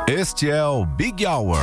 Este é o Big Hour.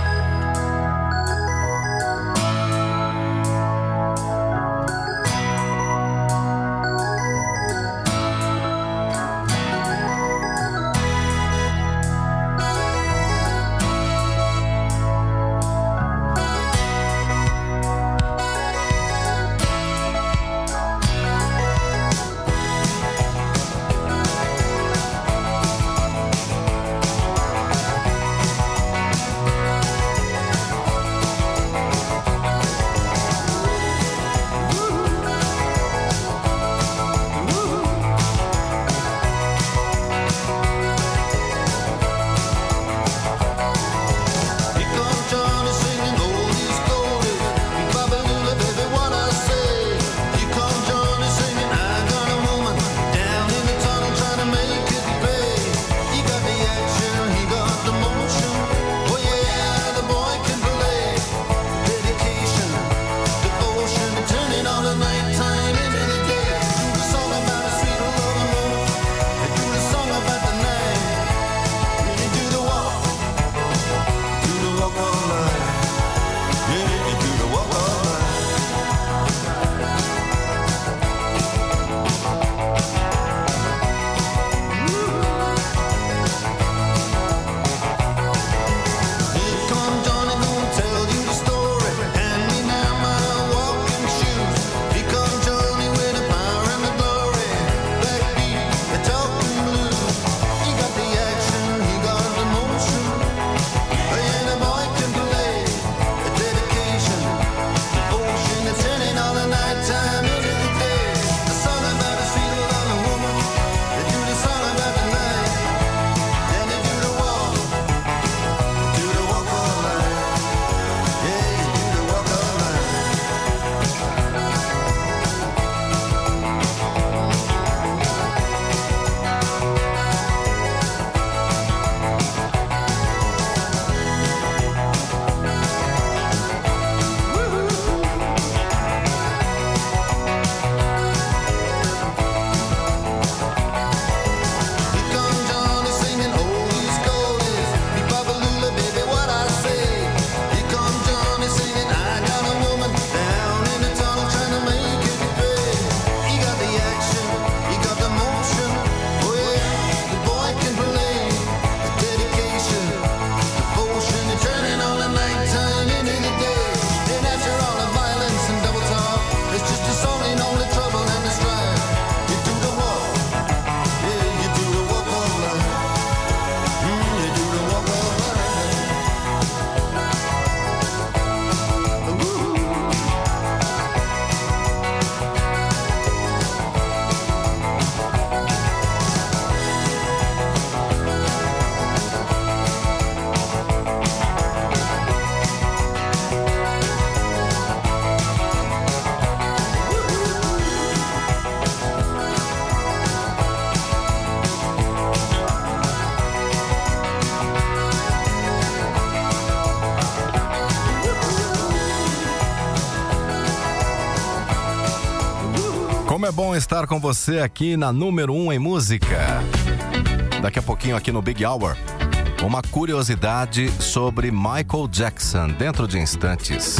Como é bom estar com você aqui na número 1 em música. Daqui a pouquinho aqui no Big Hour, uma curiosidade sobre Michael Jackson dentro de instantes.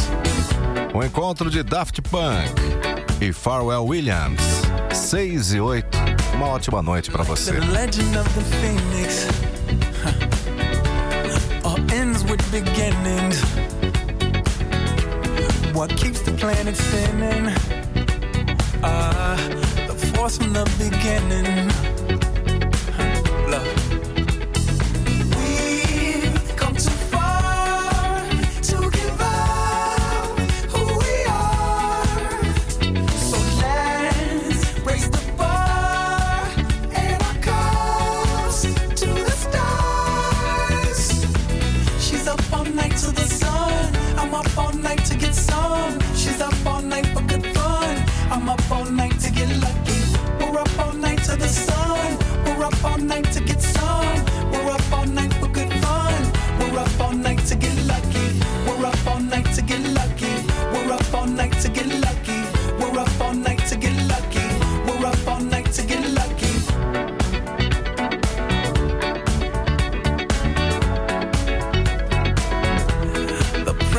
O encontro de Daft Punk e Pharrell Williams, 6 e 8. Uma ótima noite pra você. The legend of the Phoenix all ends with beginnings. What keeps the planet spinning? The force from the beginning. Love. We've come too far to give up who we are. So let's raise the bar and our cups to the stars. She's up all night to the sun. I'm up all night to get some. She's up all night for good fun. I'm up all night to get lucky. We're up all night to the sun.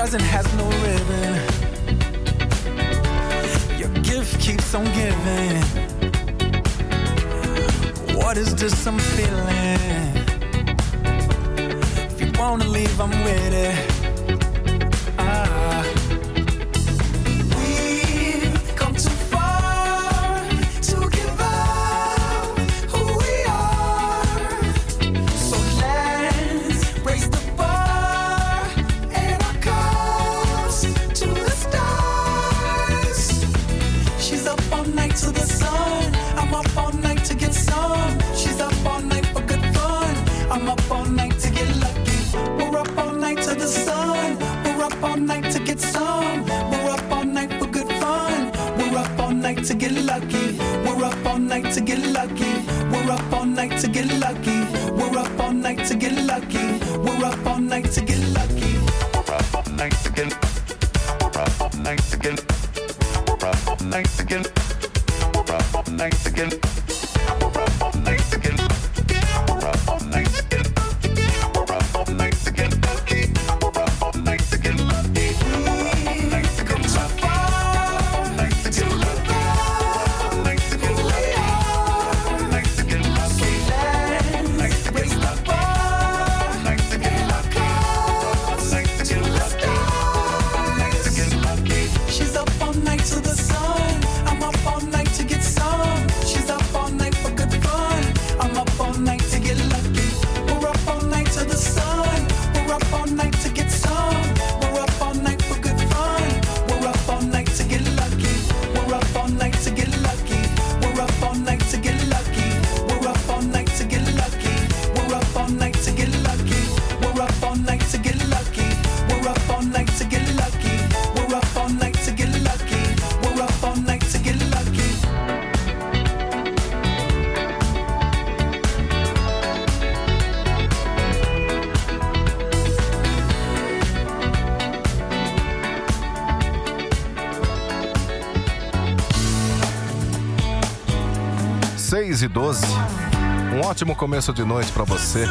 present has no ribbon. Your gift keeps on giving. What is this I'm feeling? If you wanna leave, I'm with it. We've come too far to give up who we are. So let's raise the bar and our cups to the stars. She's up all night to the sun. I'm up all night to get some. She's up all night for good fun. I'm up all night to get lucky. We're up all night to the sun. We're up all night to get some. We're up all night for good fun. We're up all night to get lucky. We're up all night to get lucky. We're up all night to get lucky. We're up all night to get lucky. We're up all night to get lucky. We're up all night to get. We're up all night to get. We're up all night to get. We're up all night to get. We're up all night to get. We're up all night to get. We're up all night to get lucky. We're up all night to get lucky. We're up all night to get lucky. All night to get lucky. All night to get lucky. All night to get lucky. All night to get lucky. All night to get lucky. All night to get lucky. All night to get lucky. She's up all night to the sun. I'm up all night to get some. She's up all night for good fun. I'm up all night to get lucky. We're up all night to the sun. We're up all night to get some. We're up all night for good fun. We're up all night to get lucky. We're up all night to get lucky. We're up all night to get lucky. We're up all night to get lucky. We're up all night to get lucky. We're up all night to get lucky. We're up all night to get lucky. We're up all night to get lucky. We're up all night to get lucky. Seis e 12. Um ótimo começo de noite pra você.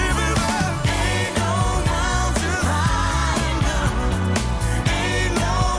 Ain't no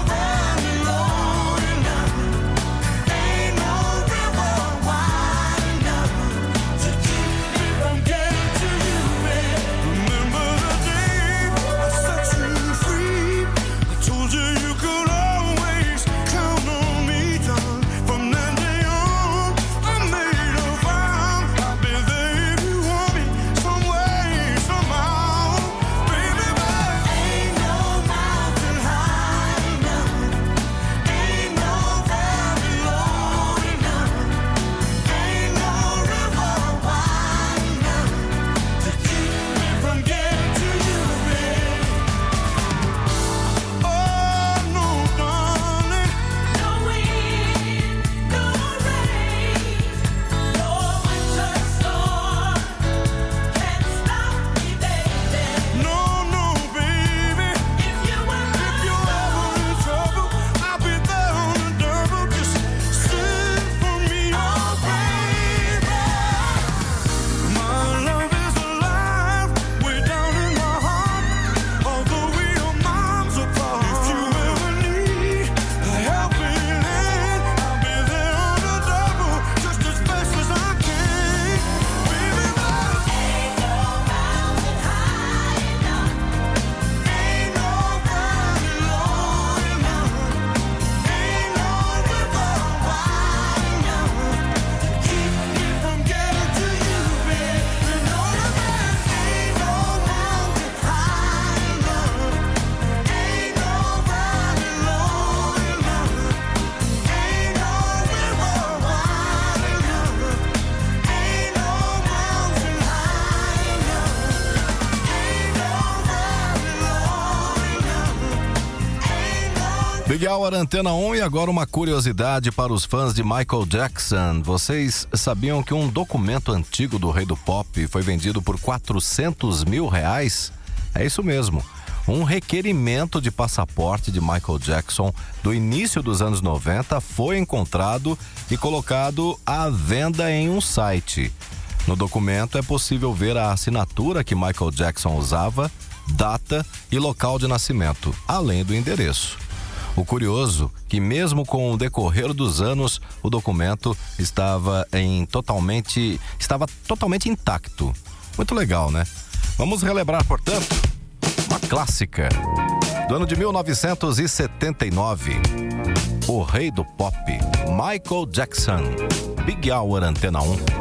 Hour Antena 1 e agora uma curiosidade para os fãs de Michael Jackson. Vocês sabiam que um documento antigo do rei do pop foi vendido por R$400 mil? É isso mesmo. Um requerimento de passaporte de Michael Jackson do início dos anos 90 foi encontrado e colocado à venda em um site. No documento é possível ver a assinatura que Michael Jackson usava, data e local de nascimento, além do endereço. O curioso que mesmo com o decorrer dos anos, o documento estava totalmente intacto. Muito legal, né? Vamos relembrar, portanto, uma clássica do ano de 1979. O rei do pop, Michael Jackson. Big Hour Antena 1.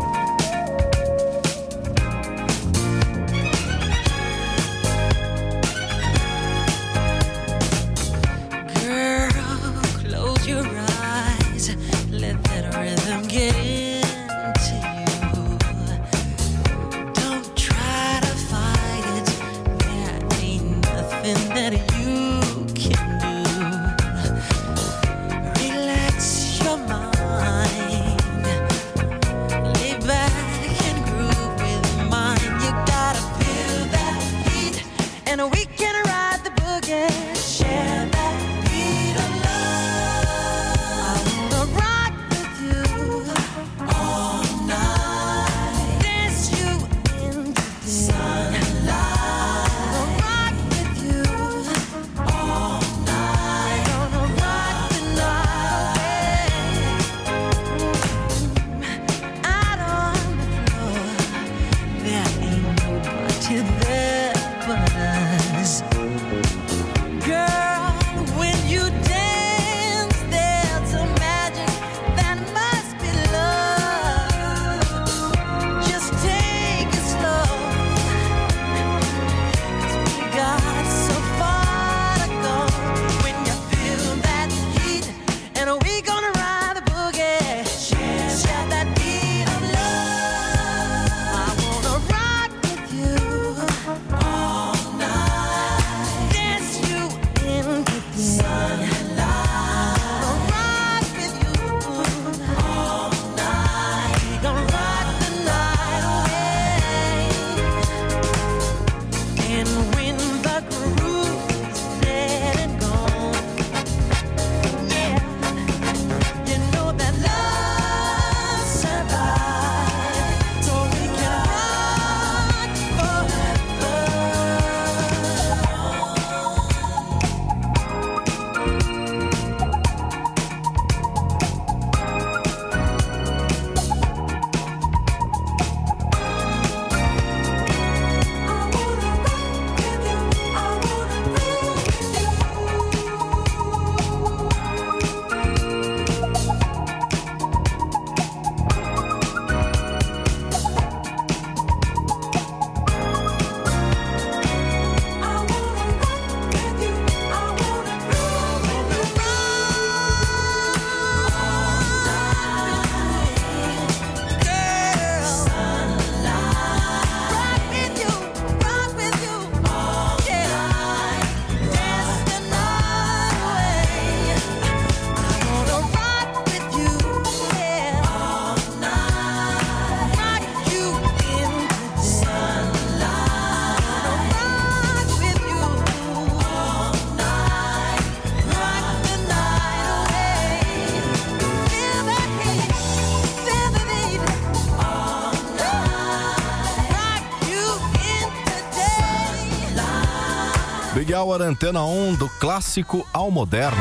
Big Hour Antena 1, do clássico ao moderno.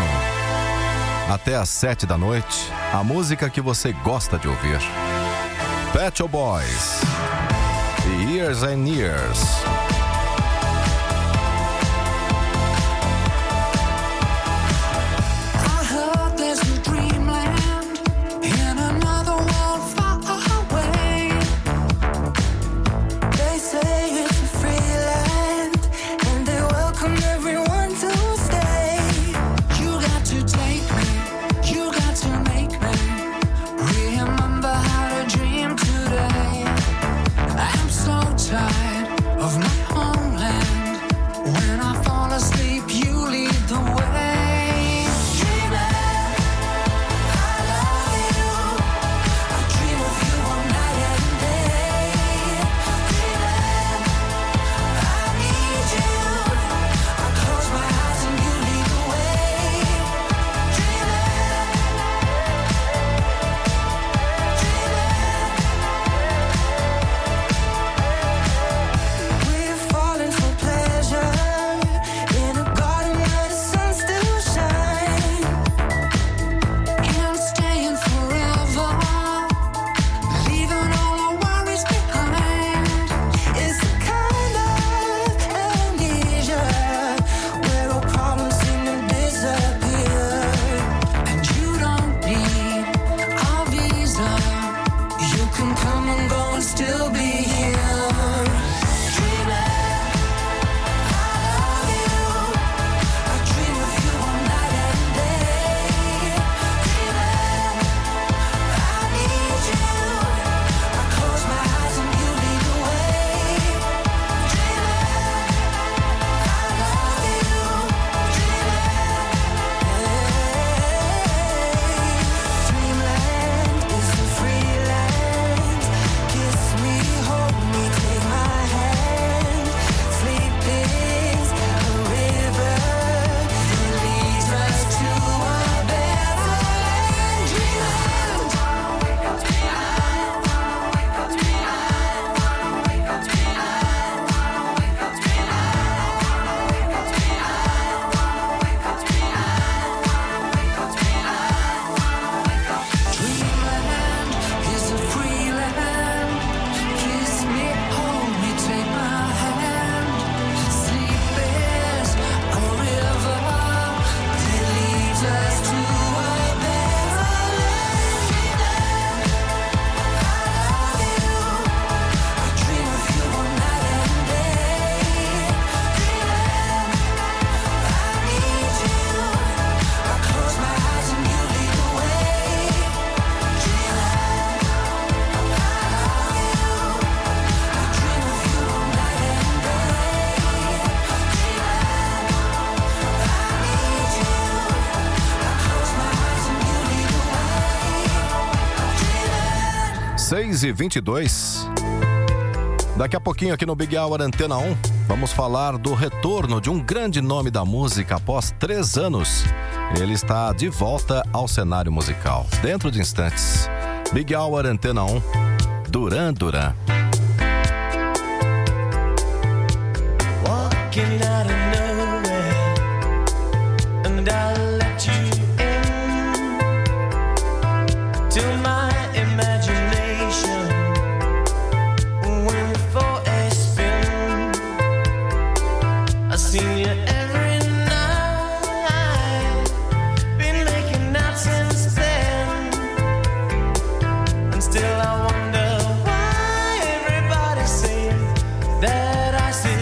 Até às 7 da noite, a música que você gosta de ouvir. Pet Shop Boys e Years and Years. Of 6h22. Daqui a pouquinho aqui no Big Hour Antena 1, vamos falar do retorno de um grande nome da música após 3 anos. Ele está de volta ao cenário musical. Dentro de instantes, Big Hour Antena 1, Duran Duran. Walking out of nowhere, and I'll let you in to my imagination. Went for a spin. I seen you every night, been making out since then, and still I wonder why everybody's saying that I see.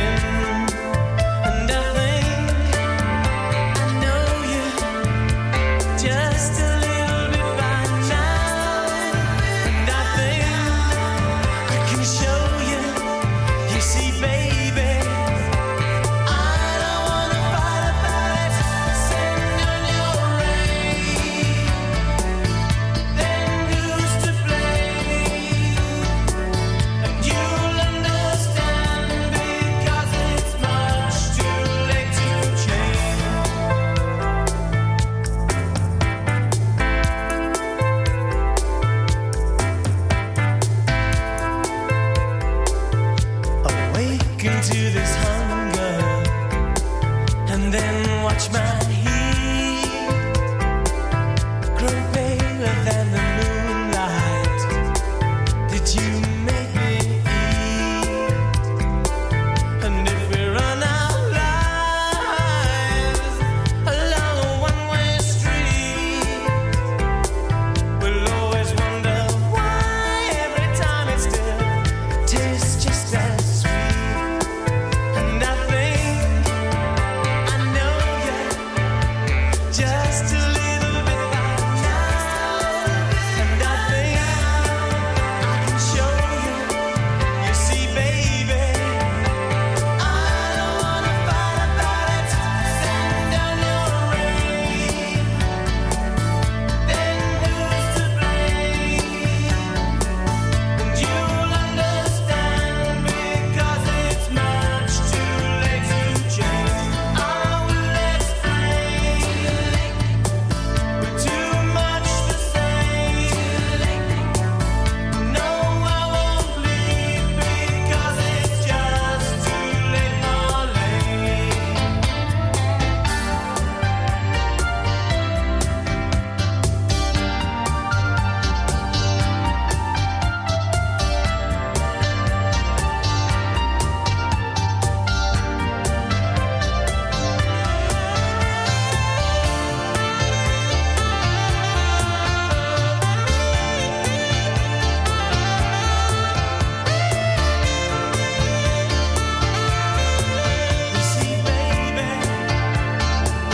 Into this hunger, and then watch my heat grow paler than the moonlight. Did you make me eat? And if we run our lives along a one-way street, we'll always wonder why every time it still tastes just as sweet. Just a little bit by now, and I think I can show you. You see, baby, I don't wanna fight about it. Send down your rain, then who's to blame? And you'll understand because it's much too late to change. I will explain. Too much the same. No, I won't leave because it's just too late, Marlene. You see, baby, I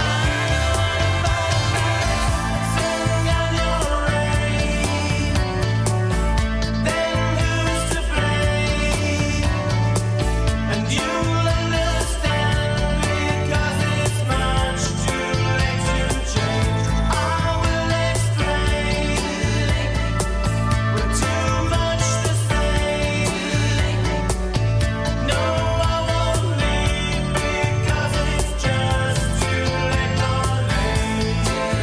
don't wanna fight about it. Send down your rain, then who's to blame? And you'll understand because it's much too late to change. I will explain. We're too much the same. No, I won't leave because it's just too late, Marlene.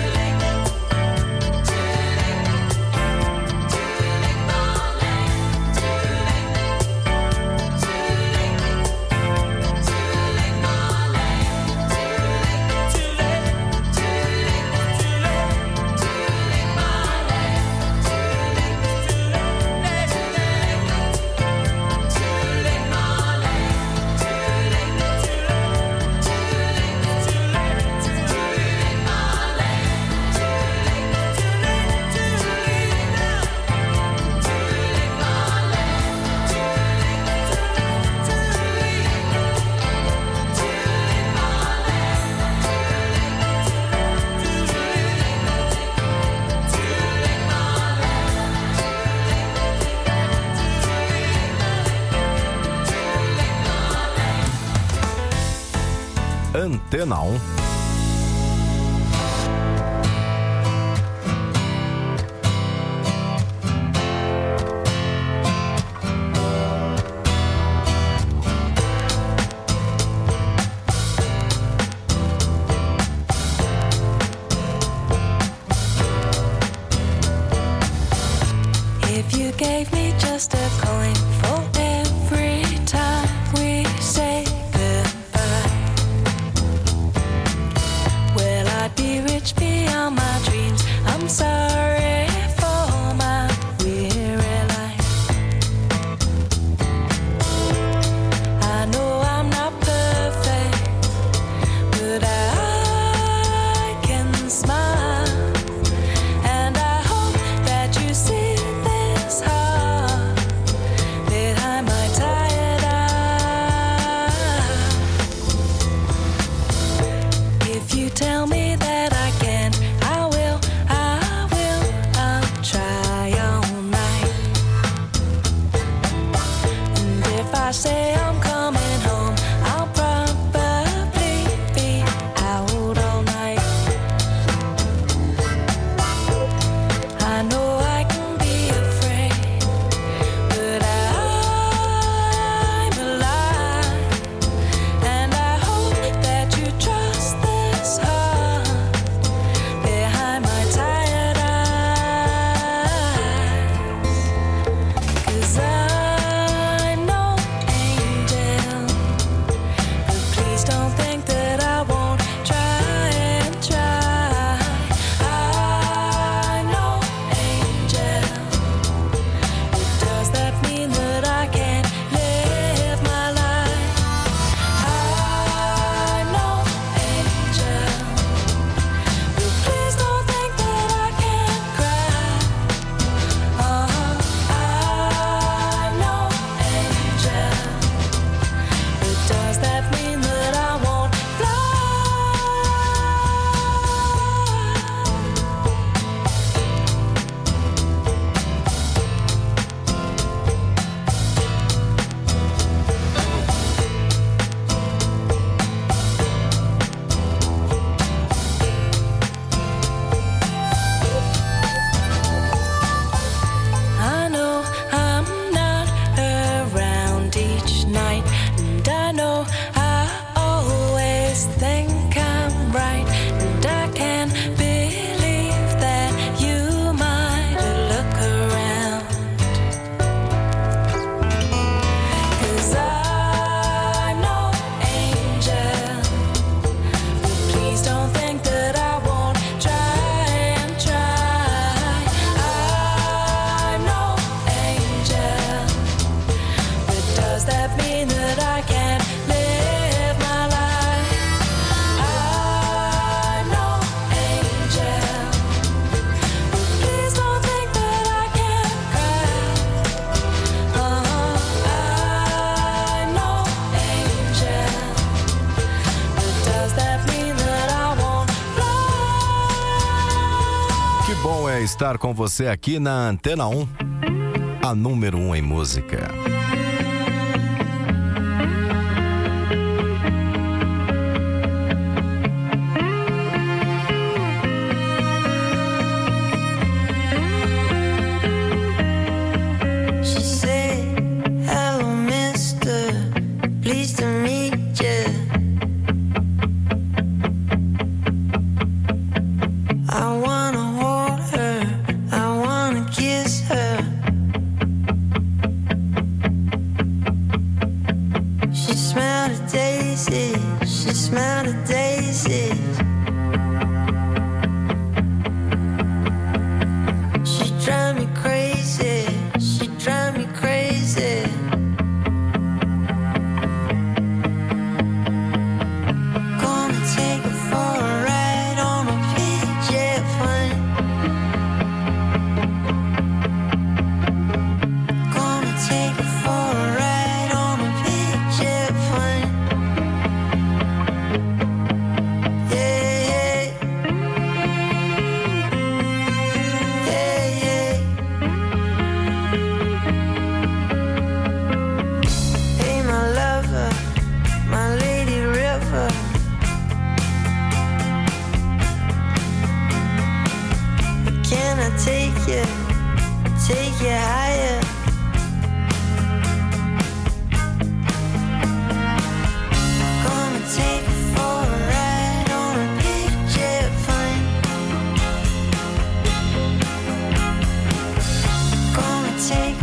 Antena 1. gave me just a coin for every time we say goodbye. Will I be rich beyond my dreams? I'm sorry for my weary life. I know I'm not perfect, but I can smile. And I hope that you see this heart behind my tired eye. If you tell me that I can't, I will, I'll try all night. And if I say I'm coming home, I'll probably be out all night. I know I can be afraid, but I'm alive. And I hope that you trust this heart behind my tired eyes. 'Cause I'm no angel, but please don't think that I won't try and try. I'm no angel, but does that mean that I can't live my life? I'm no angel, but please don't think that I can't cry. I'm no angel, but does that mean that I won't fly? I know I'm not around each night, and I know I always think I'm right, and I can't believe that you might look around. 'Cause I'm no angel, but please don't think that I won't try and try. I'm no angel, but does that mean that I can't live my life? I'm no angel, but please don't think that I can't cry. I'm no angel, but does that mean that I won't fly? Que bom é estar com você aqui na Antena 1, a número 1 em música. She said, "Hello, mister, pleased to meet you. I wanna hold her, I wanna kiss her." She smelled a daisy, she smelled a daisy. She drive me crazy, she drive me crazy. Gonna take her for a ride on a PJ plane. Gonna take her for a ride on a PJ plane. Yeah, yeah, yeah, yeah. Hey, my lover, my lady river. Can I take you higher? Gonna take you for a ride on a big jet plane. Gonna take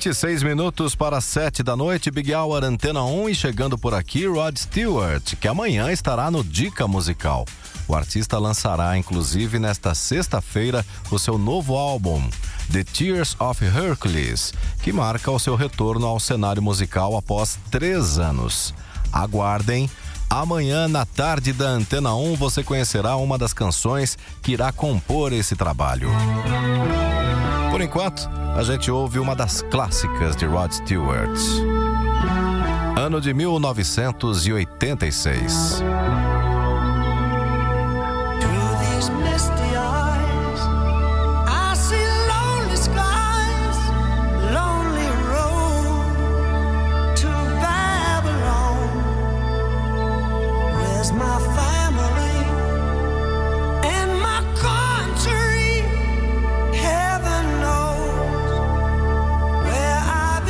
26 minutos para 7 da noite, Big Hour Antena 1, e chegando por aqui, Rod Stewart, que amanhã estará no Dica Musical. O artista lançará, inclusive, nesta sexta-feira, o seu novo álbum, The Tears of Hercules, que marca o seu retorno ao cenário musical após 3 anos. Aguardem, amanhã na tarde da Antena 1 você conhecerá uma das canções que irá compor esse trabalho. Por enquanto, a gente ouve uma das clássicas de Rod Stewart. Ano de 1986.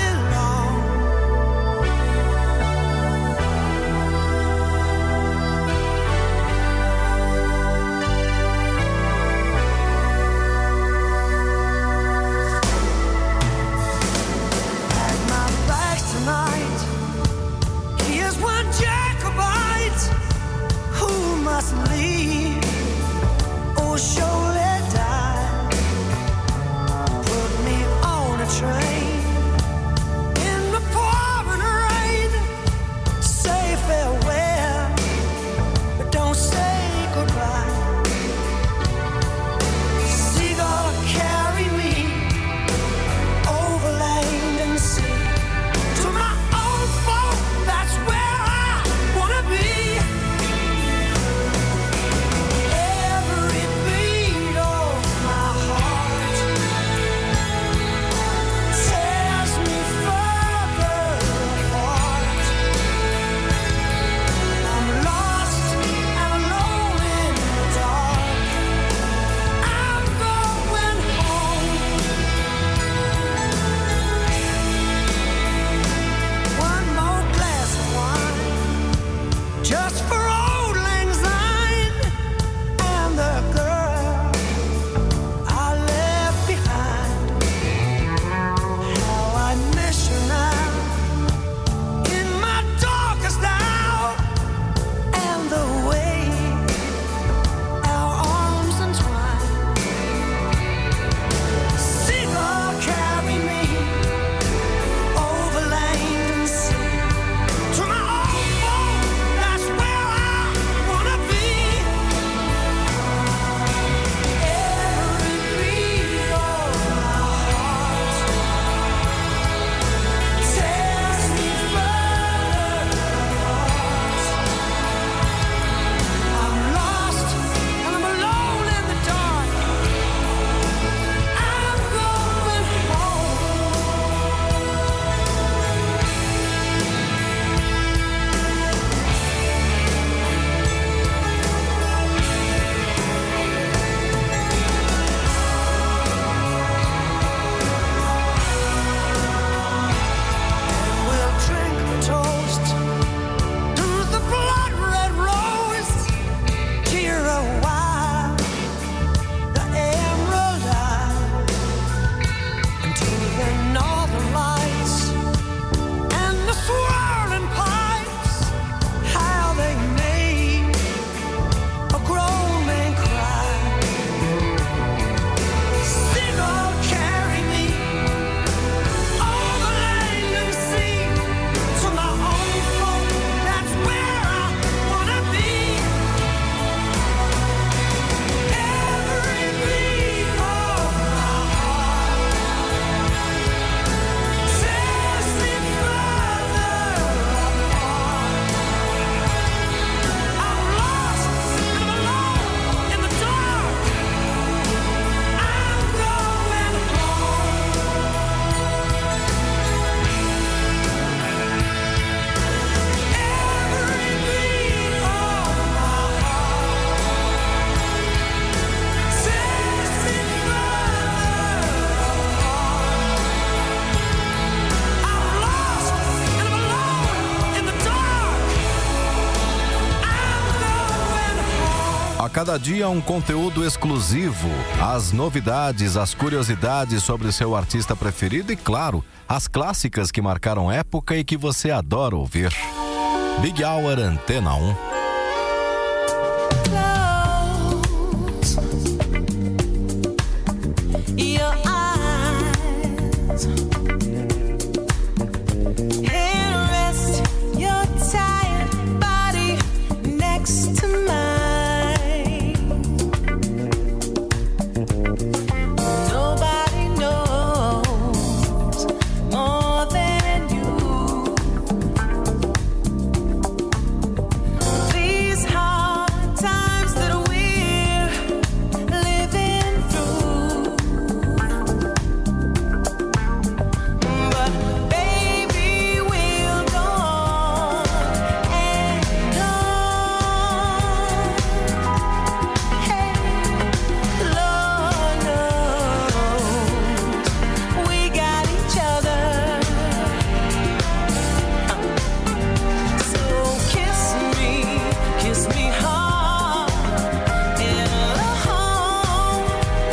Heaven knows where I belong. cada dia um conteúdo exclusivo, as novidades, as curiosidades sobre seu artista preferido e, claro, as clássicas que marcaram época e que você adora ouvir. Big Hour Antena 1. Your eyes and rest your tired body next to mine. Nobody knows more than you. These hard times that we're living through. But baby, we'll go on and on. Hey, Lord knows we got each other. So kiss me hard and hard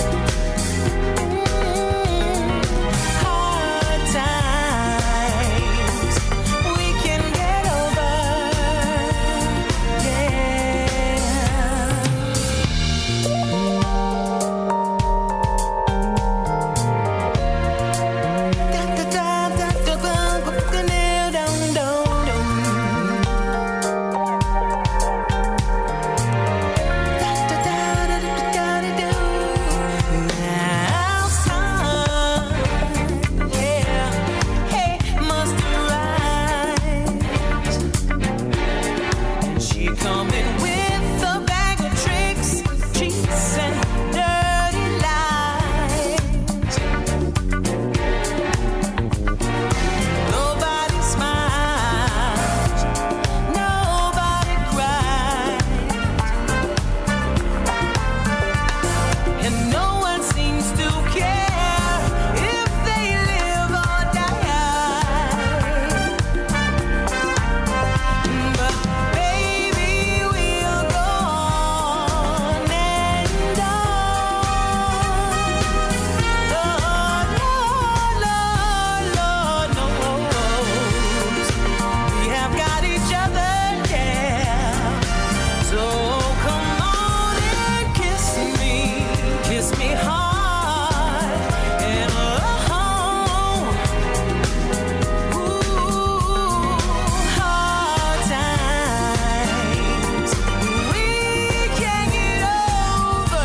times we can get over. Now sun, hey, must rise. She coming with a bag of tricks, cheats, and dirty lies. Nobody smiles, nobody cries, and no one seems to care if they live or die. But baby, we'll go on and on. Lord knows we have got each other, yeah. So come on and kiss me hard and long. Ooh, hard times we can't get over.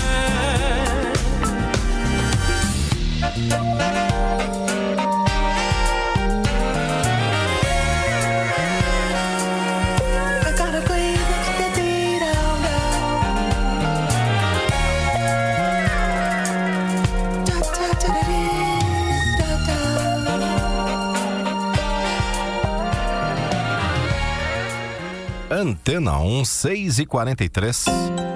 I gotta breathe the beat out Antena 1, 6h43.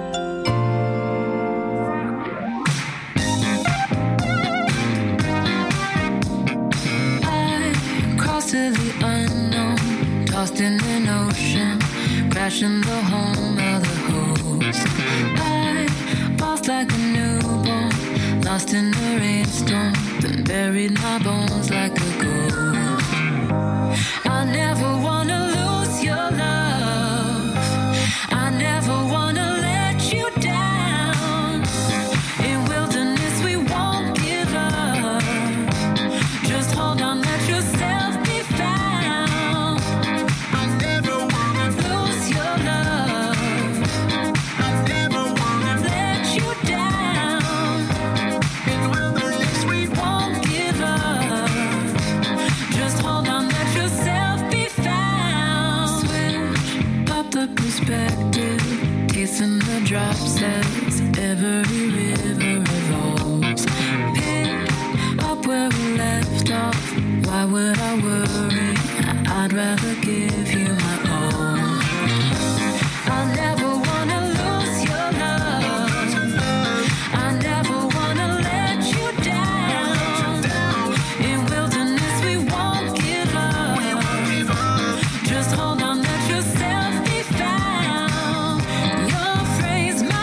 I crossed to the unknown, tossed in an ocean, crashing the home of the host. I lost like a newborn, lost in the rainstorm, then buried my bones like a ghost. I never wanna lose your love, I never wanna let you down. In wilderness we won't give up, just hold on, let yourself be found. I never wanna lose your love, I never wanna let you down. In wilderness we won't give up, just hold on, let yourself be found. Switch up the perspective, tasting the drops as every river revolves. Pick up where we left off, why would I worry? I'd rather give you my all. I never wanna lose your love, I never wanna let you down. In wilderness we won't give up, just hold on, let yourself be found. Your phrase, my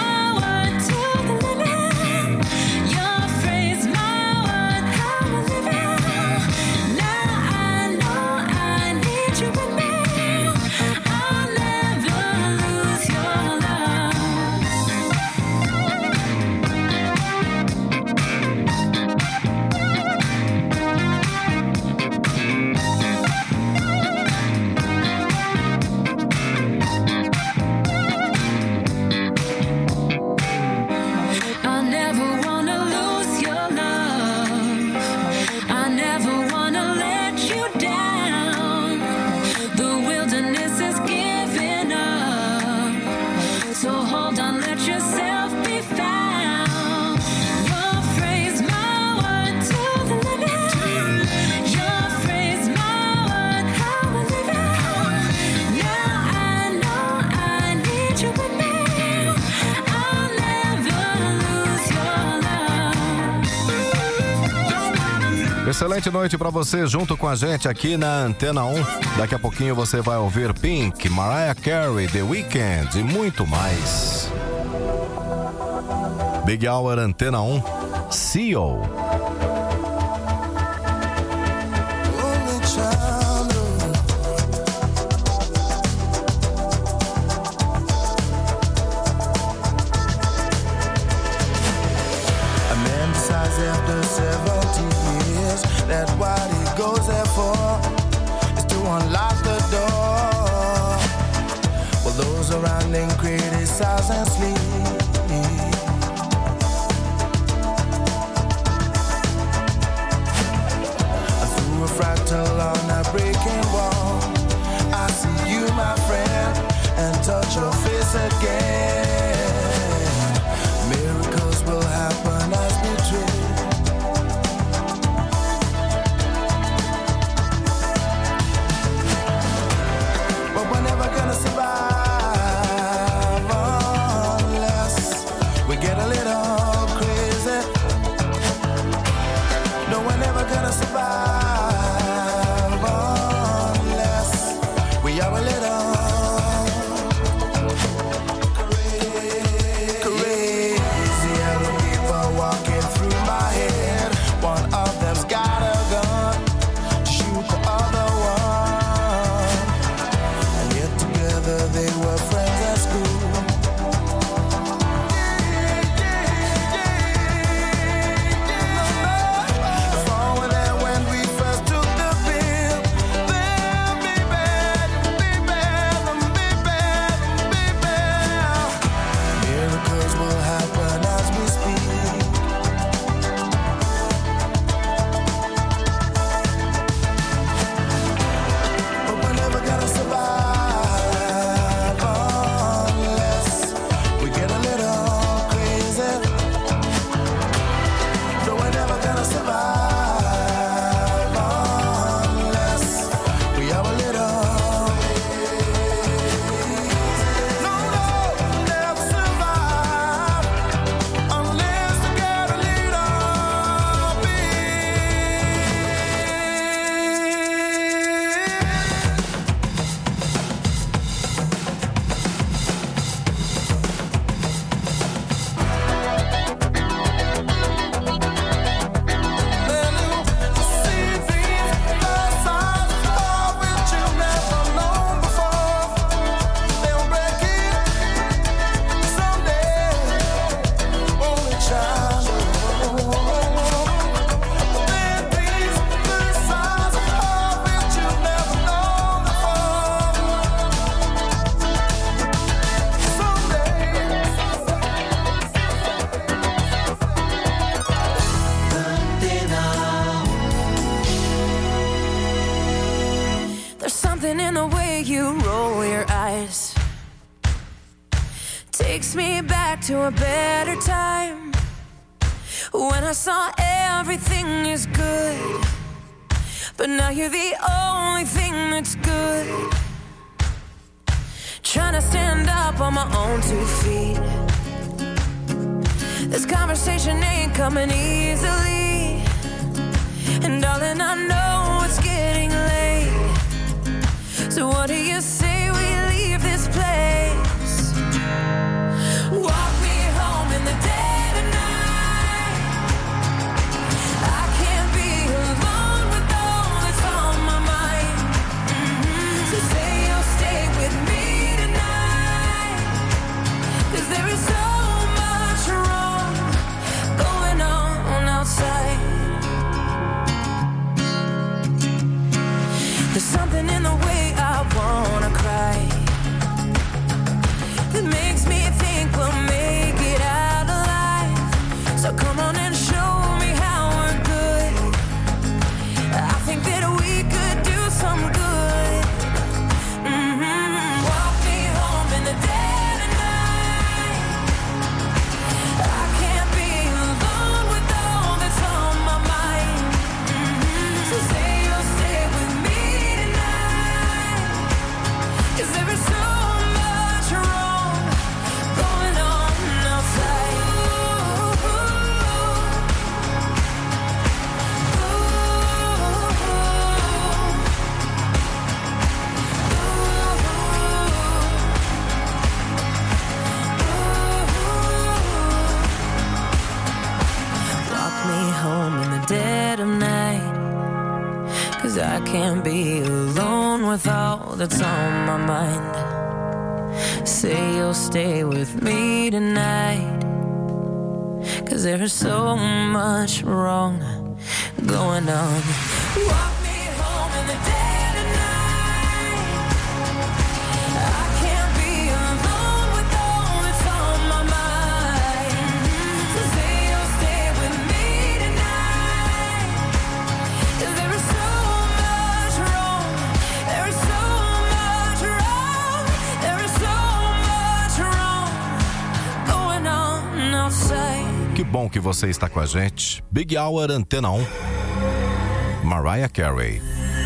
Excelente noite pra você junto com a gente aqui na Antena 1. Daqui a pouquinho você vai ouvir Pink, Mariah Carey, The Weeknd e muito mais. Big Hour Antena 1, CEO. After 70 years, that what he goes there for is to unlock the door. Well, those around him criticize and sleep. Through a fractal on a breaking wall, I see you, my friend, and touch your face again. Miracles will happen as we dream. To a better time when I saw everything is good, but now you're the only thing that's good. Trying to stand up on my own 2 feet. This conversation ain't coming easily, and darling, I know it's getting late. So what do you say we leave this place? Walk me home in the dead of night. I can't be alone with all that's on my mind. So say you'll stay with me tonight, 'cause there is so much wrong going on outside. There's something in the way I wanna cry that makes me think we'll make it out alive. So come on and show me how we're good. I think that we could do some good. Walk me home in the dead of night. I can't be alone with all that's on my mind. So say you'll stay with me tonight. I can't be alone with all that's on my mind. Say you'll stay with me tonight, 'cause there's so much wrong going on. Walk me home in the dead of night. I can't be alone with all that's on my mind. So say you'll stay with me tonight, 'cause there is so much wrong. There is so much wrong. There is so much wrong going on outside. Que bom que você está com a gente. Big Hour, Antena 1. Mariah Carey.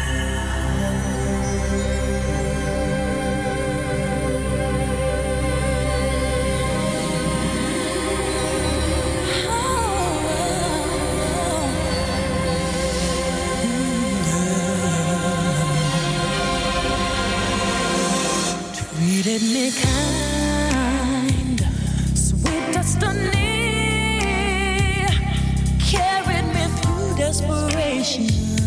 Treated me kind, sweet destiny, carried me through desperation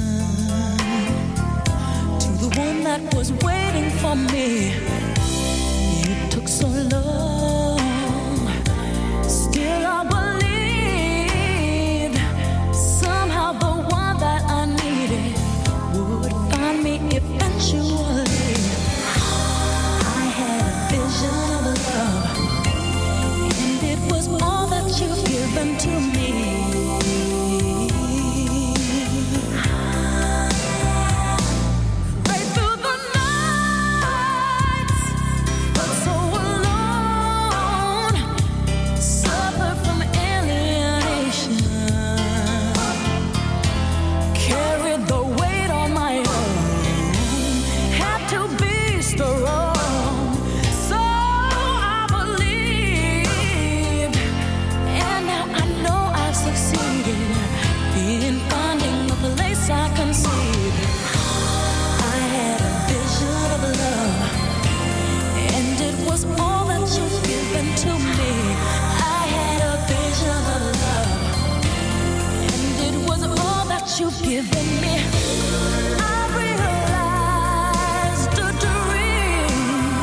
to the one that was waiting for me. It took so long, still I believed somehow the one that I needed would find me eventually. Vision of love, and it was all that you've given to me. Right through the nights, felt so alone, suffered from alienation, carried the weight on my own, had to be strong. In finding the place I conceived, I had a vision of love, and it was all that you've given to me. I had a vision of love, and it was all that you've given me. I realized a dream,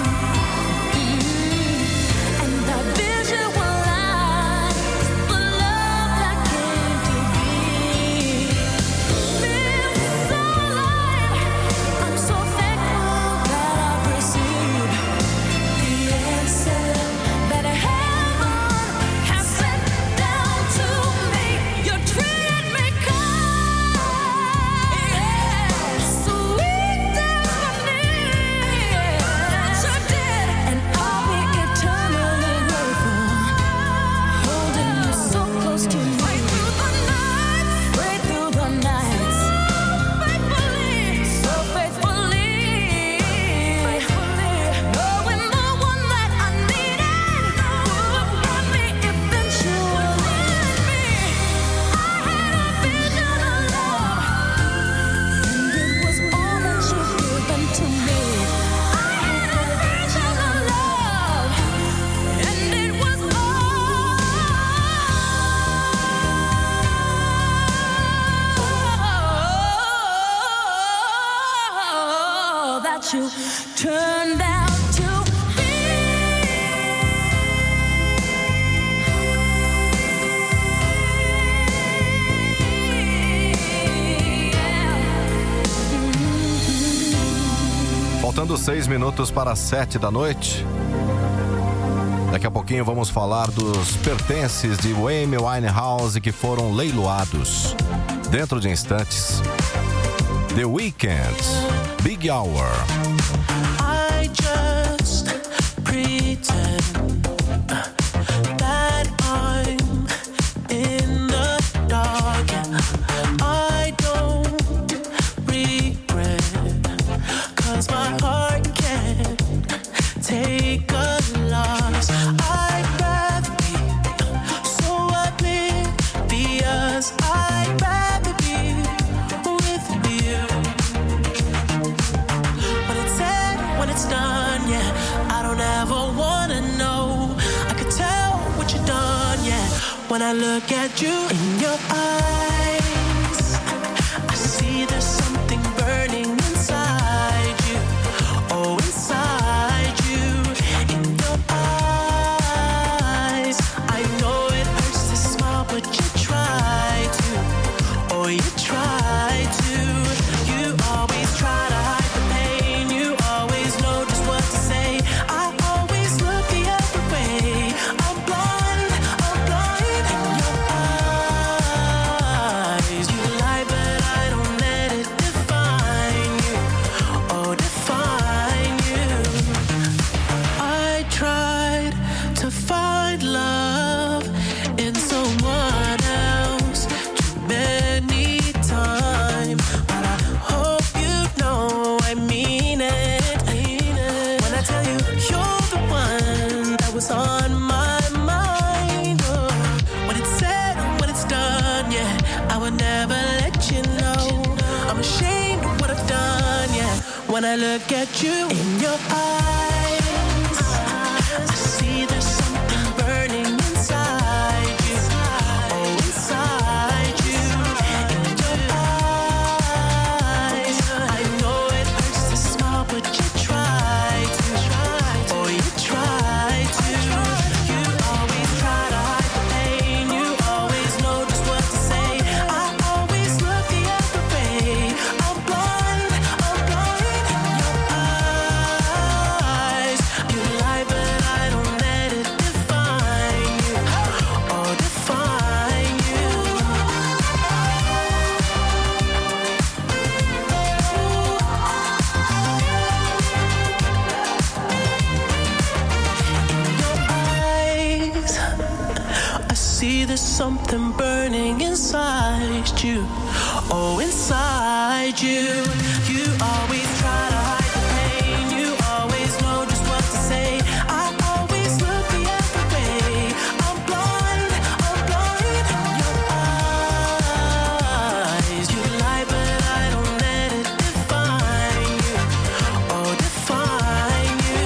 and that vision was you turned out to be. Faltando 6 minutos para 7 da noite. Daqui a pouquinho vamos falar dos pertences de Amy Winehouse que foram leiloados. Dentro de instantes, The Weeknd, Big Hour. I just pretend that I'm in the dark. I don't regret, 'cause my heart can't take a loss. I'd rather be so oblivious. I'd rather be with you. When it's done, yeah, I don't ever wanna know. I could tell what you've done, yeah. When I look at you in your eyes, I see there's something burning when I look at you. In your eyes, I see there's something burning inside you. Oh, inside you. In your eyes, I know it hurts to smile, but you try to. Oh, you try to. You always try to hide the pain. You always know just what to say. I always look the other way. I'm blind in your eyes. You lie, but I don't let it define you. Or define you. In your eyes, I see there's something burning inside you. Oh, inside you. You always try to hide the pain. You always know just what to say. I always look the other way. I'm blind in your eyes. You lie, but I don't let it define you. Or define you.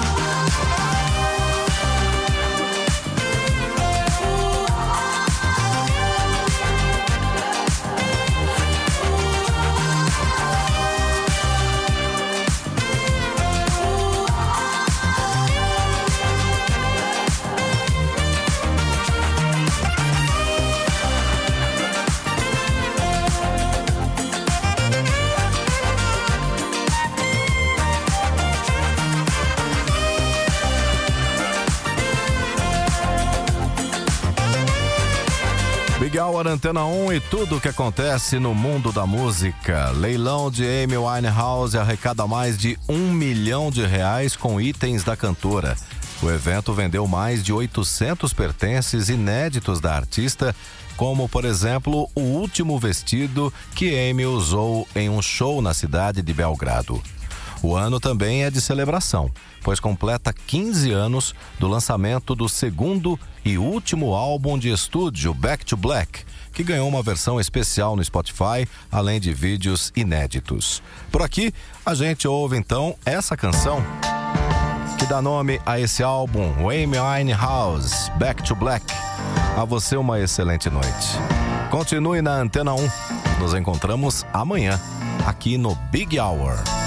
Big Hour, Antena 1 e tudo o que acontece no mundo da música. Leilão de Amy Winehouse arrecada mais de R$1 milhão com itens da cantora. O evento vendeu mais de 800 pertences inéditos da artista, como, por exemplo, o último vestido que Amy usou em um show na cidade de Belgrado. O ano também é de celebração, pois completa 15 anos do lançamento do segundo e último álbum de estúdio, Back to Black, que ganhou uma versão especial no Spotify, além de vídeos inéditos. Por aqui, a gente ouve então essa canção que dá nome a esse álbum, Amy Winehouse, Back to Black. A você uma excelente noite. Continue na Antena 1. Nos encontramos amanhã, aqui no Big Hour.